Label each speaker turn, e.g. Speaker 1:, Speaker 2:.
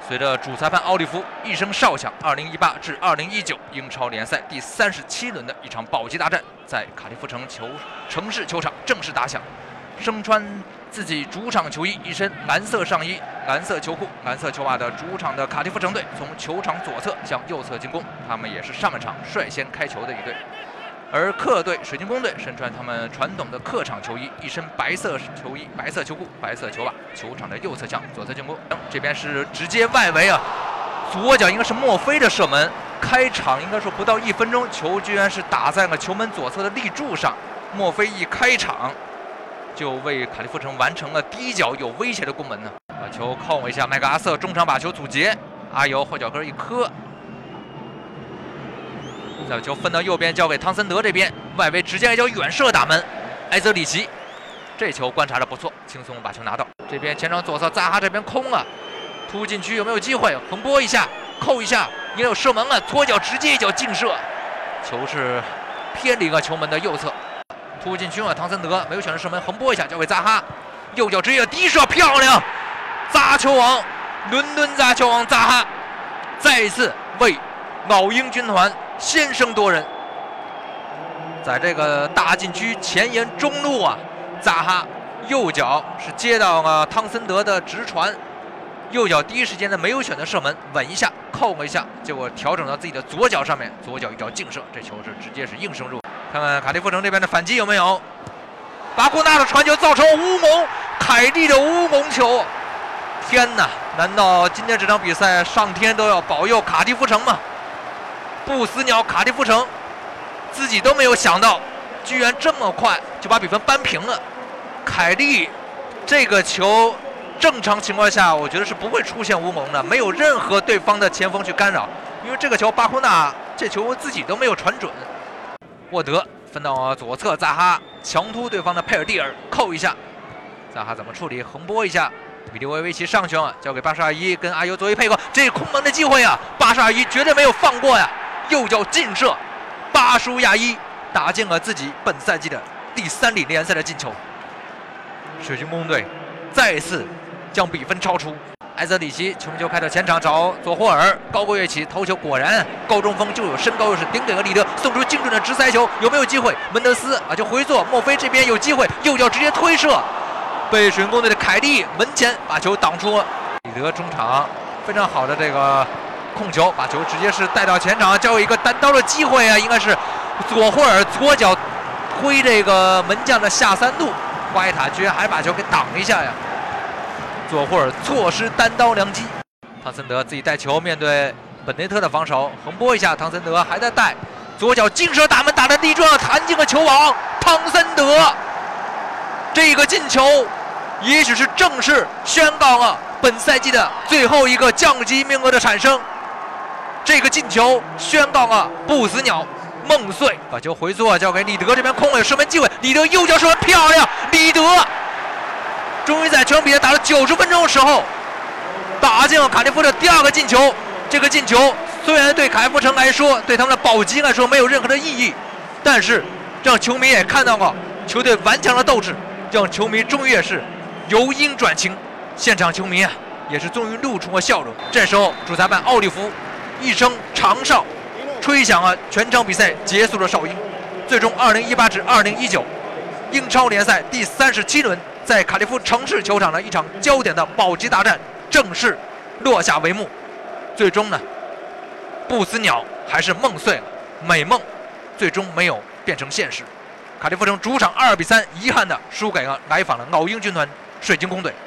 Speaker 1: 随着主裁判奥利弗一声哨响，2018至2019英超联赛第37轮的一场保级大战在卡迪夫城市球场正式打响。身穿自己主场球衣，一身蓝色上衣、蓝色球裤、蓝色球袜的主场的卡迪夫城队，从球场左侧向右侧进攻。他们也是上半场率先开球的一队。而客队水晶宫队身穿他们传统的客场球衣，一身白色球衣、白色球裤、白色球袜，球场的右侧向左侧进攻。这边是直接外围啊，左脚应该是墨菲的射门。开场应该说不到1分钟，球居然是打在了球门左侧的立柱上。墨菲一开场就为卡利夫城完成了第一脚有威胁的攻门呢。把球扣一下，麦克阿瑟中场把球阻截，阿尤后脚跟一磕。再把球分到右边，交给汤森德这边，外围直接一脚远射打门，埃泽里奇，这球观察的不错，轻松把球拿到。这边前场左侧扎哈这边空了，突进区有没有机会？横拨一下，扣一下，应该有射门了，左脚直接一脚劲射，球是偏离了球门的右侧，突进区了，汤森德没有选择射门，横拨一下交给扎哈，右脚直接低射，漂亮！扎球王，伦敦扎球王扎哈，再一次为老鹰军团先声夺人。在这个大禁区前沿中路啊，扎哈右脚是接到了汤森德的直传，右脚第一时间呢没有选择射门，稳一下扣了一下，结果调整到自己的左脚上面，左脚一脚劲射，这球是直接是应声入。看看卡迪夫城这边的反击有没有？巴库纳的传球造成乌龙，凯利的乌龙球！天哪，难道今天这场比赛上天都要保佑卡迪夫城吗？不死鸟卡迪夫城自己都没有想到，居然这么快就把比分扳平了。凯利这个球正常情况下我觉得是不会出现乌龙的，没有任何对方的前锋去干扰，因为这个球巴库纳这球自己都没有传准。沃德分到左侧，扎哈强突对方的佩尔蒂尔，扣一下，扎哈怎么处理？横拨一下，米利维维奇上去了，交给巴沙尔伊跟阿尤作为配合，这是空门的机会啊！巴沙尔伊绝对没有放过呀，右脚劲射，巴舒亚伊打进了自己本赛季的第3粒联赛的进球。水晶宫队再一次将比分超出。埃泽里奇球开到前场找佐霍尔，高过跃起头球，果然高中锋就有身高优势，顶给了里德，送出精准的直塞球，有没有机会？门德斯就回做，莫菲这边有机会，右脚直接推射，被水晶宫队的凯利门前把球挡出。里德中场非常好的这个控球，把球直接是带到前场，交有一个单刀的机会啊，应该是佐霍尔左脚推这个门将的下3路，瓜伊塔居然还把球给挡一下呀！佐霍尔错失单刀良机，汤森德自己带球面对本内特的防守，横拨一下，汤森德还在带，左脚劲射打门，打的地撞，弹进了球网。汤森德这个进球，也许是正式宣告了本赛季的最后一个降级名额的产生。这个进球宣告了不死鸟梦碎，把球回做，交给里德这边空了，有射门机会，里德右脚射门漂亮，里德终于在全比赛打了90分钟的时候，打进了卡迪夫的第2个进球。这个进球虽然对卡迪夫城来说，对他们的保级来说没有任何的意义，但是让球迷也看到了球队顽强的斗志，让球迷终于也是由阴转晴，现场球迷也是终于露出了笑容。这时候主裁判奥利弗一声长哨，吹响了全场比赛结束的哨音。最终2018至2019英超联赛第37轮，在卡迪夫城市球场的一场焦点的保级大战正式落下帷幕。最终呢，不死鸟还是梦碎了，美梦最终没有变成现实。卡迪夫城主场2比3遗憾的输给了来访的老鹰军团水晶宫队。